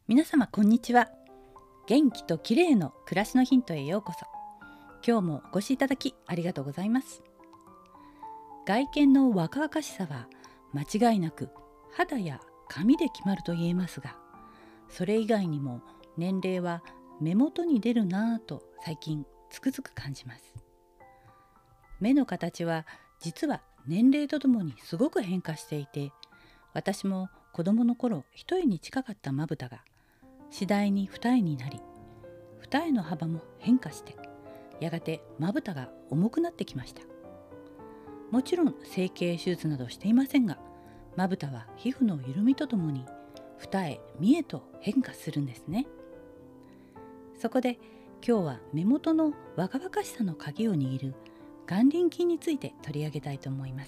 皆様こんにちは。元気と綺麗の暮らしのヒントへようこそ。今日もお越しいただきありがとうございます。外見の若々しさは間違いなく肌や髪で決まると言えますが、それ以外にも年齢は目元に出るなぁと最近つくづく感じます。目の形は実は年齢とともにすごく変化していて、私も子供の頃一重に近かったまぶたが次第に二重になり、二重の幅も変化して、やがてまぶたが重くなってきました。もちろん整形手術などしていませんが、まぶたは皮膚の緩みとともに二重三重と変化するんですね。そこで今日は目元の若々しさの鍵を握る眼輪筋について取り上げたいと思います。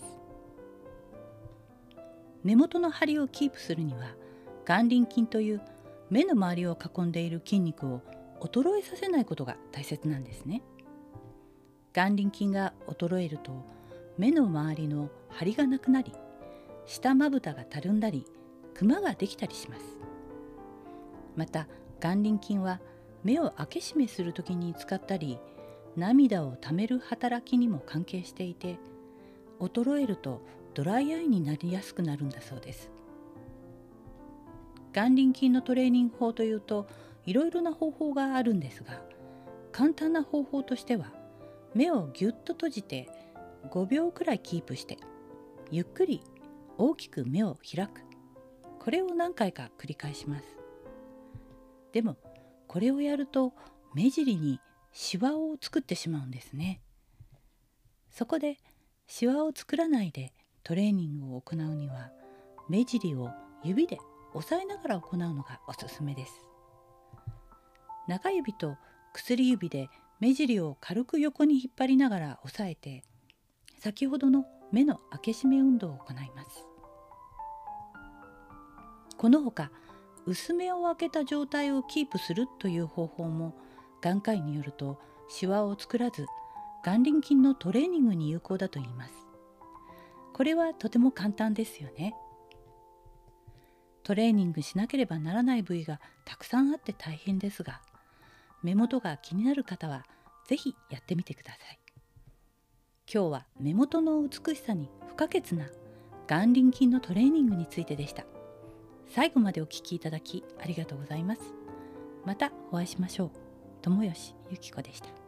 目元の張りをキープするには、眼輪筋という目の周りを囲んでいる筋肉を衰えさせないことが大切なんですね。眼輪筋が衰えると目の周りの張りがなくなり、下まぶたがたるんだりクマができたりします。また眼輪筋は目を開け閉めするときに使ったり、涙をためる働きにも関係していて、衰えるとドライアイになりやすくなるんだそうです。眼輪筋のトレーニング法というといろいろな方法があるんですが、簡単な方法としては、目をぎゅっと閉じて5秒くらいキープして、ゆっくり大きく目を開く、これを何回か繰り返します。でもこれをやると目尻にシワを作ってしまうんですね。そこでシワを作らないでトレーニングを行うには、目尻を指で押さえながら行うのがおすすめです。中指と薬指で目尻を軽く横に引っ張りながら押さえて、先ほどの目の開け閉め運動を行います。このほか、薄目を開けた状態をキープするという方法も眼科医によるとシワを作らず、眼輪筋のトレーニングに有効だといいます。これはとても簡単ですよね。トレーニングしなければならない部位がたくさんあって大変ですが、目元が気になる方はぜひやってみてください。今日は目元の美しさに不可欠な眼輪筋のトレーニングについてでした。最後までお聞きいただきありがとうございます。またお会いしましょう。友吉ゆき子でした。